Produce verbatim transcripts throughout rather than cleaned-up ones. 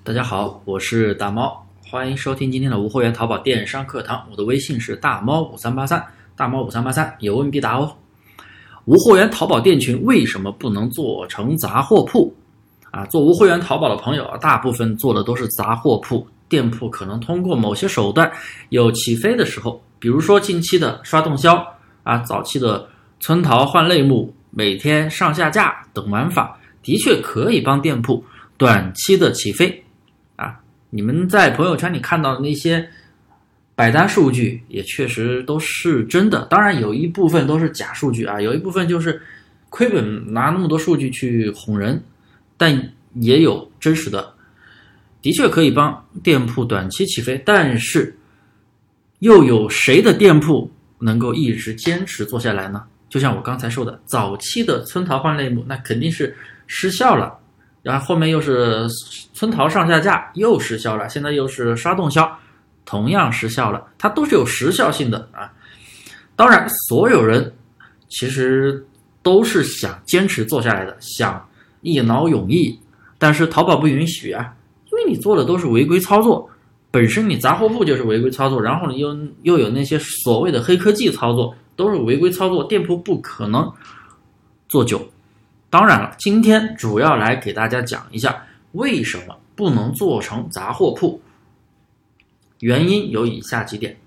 大家好，我是大猫，欢迎收听今天的无货源淘宝电商课堂。我的微信是大猫五三八三，大猫五三八三，有问必答哦。无货源淘宝店群为什么不能做成杂货铺啊？做无货源淘宝的朋友啊，大部分做的都是杂货铺，店铺可能通过某些手段有起飞的时候，比如说近期的刷动销啊，早期的村淘换类目、每天上下架等玩法，的确可以帮店铺短期的起飞啊。你们在朋友圈里看到的那些买单数据也确实都是真的，当然有一部分都是假数据啊，有一部分就是亏本拿那么多数据去哄人，但也有真实的，的确可以帮店铺短期起飞。但是又有谁的店铺能够一直坚持做下来呢？就像我刚才说的，早期的村淘换类目那肯定是失效了，然后后面又是村淘上下架又失效了，现在又是刷动销同样失效了，它都是有时效性的啊。当然所有人其实都是想坚持做下来的，想一劳永逸，但是淘宝不允许啊，因为你做的都是违规操作，本身你杂货铺就是违规操作，然后你又又有那些所谓的黑科技操作，都是违规操作，店铺不可能做久。当然了，今天主要来给大家讲一下为什么不能做成杂货铺，原因有以下几点。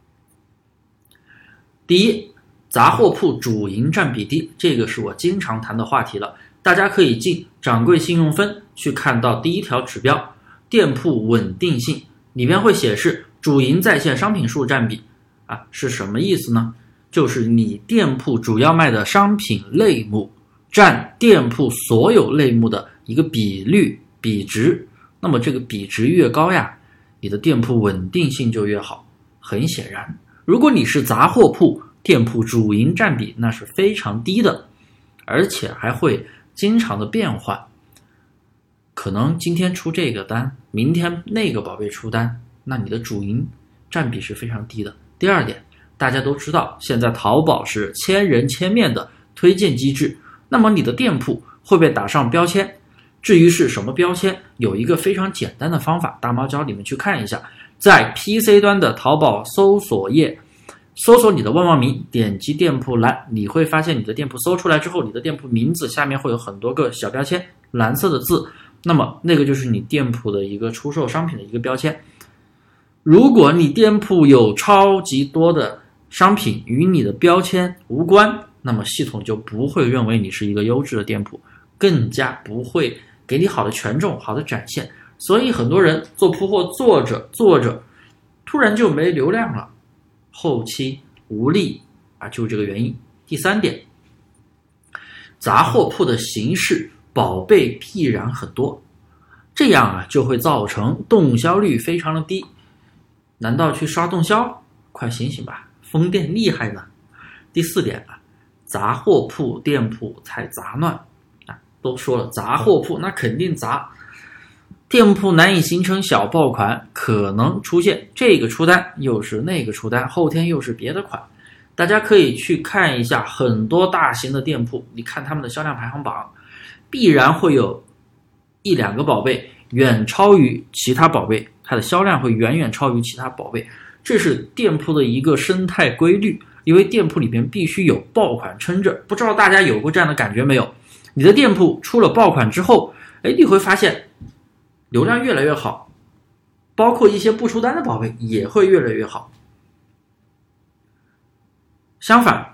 第一，杂货铺主营占比低，这个是我经常谈的话题了，大家可以进掌柜信用分去看到第一条指标，店铺稳定性，里面会显示主营在线商品数占比啊，是什么意思呢？就是你店铺主要卖的商品类目占店铺所有类目的一个比率比值，那么这个比值越高呀，你的店铺稳定性就越好。很显然，如果你是杂货铺，店铺主营占比那是非常低的，而且还会经常的变换，可能今天出这个单，明天那个宝贝出单，那你的主营占比是非常低的。第二点，大家都知道现在淘宝是千人千面的推荐机制，那么你的店铺会被打上标签，至于是什么标签，有一个非常简单的方法，大猫教你们去看一下，在 P C 端的淘宝搜索页搜索你的旺旺名，点击店铺栏，你会发现你的店铺搜出来之后，你的店铺名字下面会有很多个小标签，蓝色的字，那么那个就是你店铺的一个出售商品的一个标签。如果你店铺有超级多的商品与你的标签无关，那么系统就不会认为你是一个优质的店铺，更加不会给你好的权重、好的展现。所以很多人做铺货做着做着突然就没流量了，后期无力啊，就是这个原因。第三点，杂货铺的形式宝贝必然很多，这样啊就会造成动销率非常的低。难道去刷动销？快醒醒吧，疯店厉害呢。第四点啊，杂货铺店铺太杂乱啊，都说了杂货铺那肯定杂，店铺难以形成小爆款，可能出现这个出单又是那个出单，后天又是别的款。大家可以去看一下很多大型的店铺，你看他们的销量排行榜，必然会有一两个宝贝远超于其他宝贝，它的销量会远远超于其他宝贝，这是店铺的一个生态规律，因为店铺里边必须有爆款撑着。不知道大家有过这样的感觉没有？你的店铺出了爆款之后，哎，你会发现流量越来越好，包括一些不出单的宝贝也会越来越好。相反，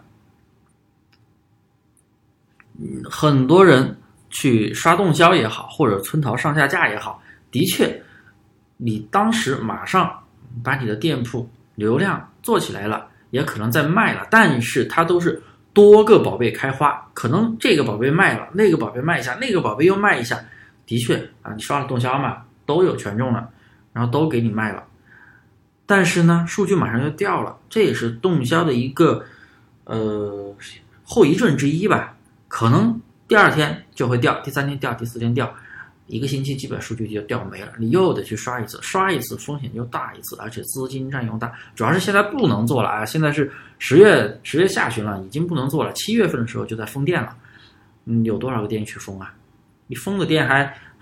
很多人去刷动销也好，或者村淘上下架也好，的确你当时马上把你的店铺流量做起来了，也可能在卖了，但是它都是多个宝贝开花，可能这个宝贝卖了，那个宝贝卖一下，那个宝贝又卖一下，的确啊，你刷了动销嘛，都有权重了，然后都给你卖了，但是呢数据马上就掉了，这也是动销的一个呃后遗症之一吧，可能第二天就会掉，第三天掉，第四天掉，一个星期基本数据就掉没了，你又得去刷一次，刷一次风险就大一次，而且资金占用大。主要是现在不能做了啊，现在是十月十月下旬了，已经不能做了，七月份的时候就在封店了。嗯，有多少个店去封啊？你封的店还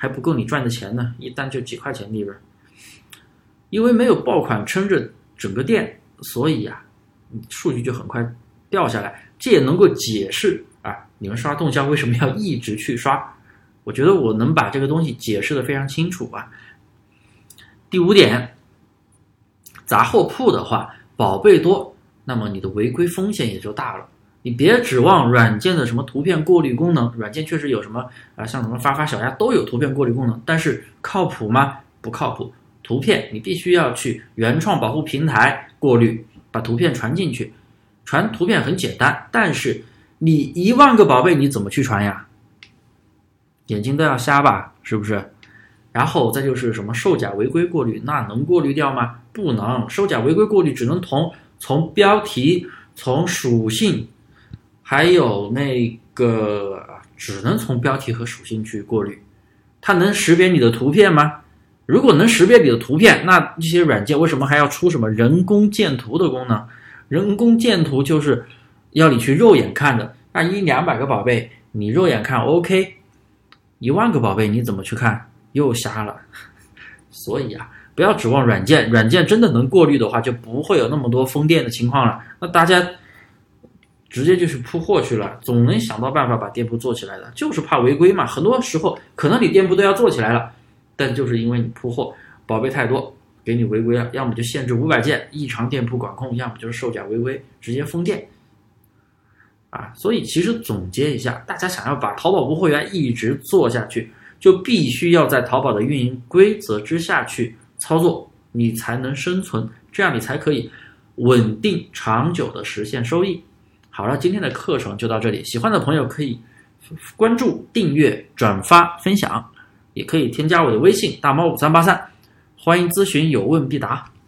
还不够你赚的钱呢，一单就几块钱利润。因为没有爆款撑着整个店，所以啊，数据就很快掉下来。这也能够解释啊，你们刷动销为什么要一直去刷。我觉得我能把这个东西解释得非常清楚啊。第五点，杂货铺的话，宝贝多，那么你的违规风险也就大了。你别指望软件的什么图片过滤功能，软件确实有什么啊，像什么发发小鸭都有图片过滤功能，但是靠谱吗？不靠谱。图片你必须要去原创保护平台过滤，把图片传进去。传图片很简单，但是你一万个宝贝你怎么去传呀？眼睛都要瞎吧，是不是？然后再就是什么售假违规过滤，那能过滤掉吗？不能，售假违规过滤只能从从标题、从属性，还有那个只能从标题和属性去过滤。它能识别你的图片吗？如果能识别你的图片，那这些软件为什么还要出什么人工建图的功能？人工建图就是要你去肉眼看的，那一两百个宝贝你肉眼看 OK， 一万个宝贝你怎么去看？又瞎了。所以啊，不要指望软件，软件真的能过滤的话，就不会有那么多封店的情况了。那大家直接就去铺货去了，总能想到办法把店铺做起来的，就是怕违规嘛。很多时候可能你店铺都要做起来了，但就是因为你铺货宝贝太多，给你违规了，要么就限制五百件异常店铺管控，要么就是售假违规直接封店啊。所以其实总结一下，大家想要把淘宝无货源一直做下去，就必须要在淘宝的运营规则之下去操作，你才能生存，这样你才可以稳定长久的实现收益。好了，今天的课程就到这里，喜欢的朋友可以关注、订阅、转发、分享，也可以添加我的微信大猫五三八三，欢迎咨询，有问必答。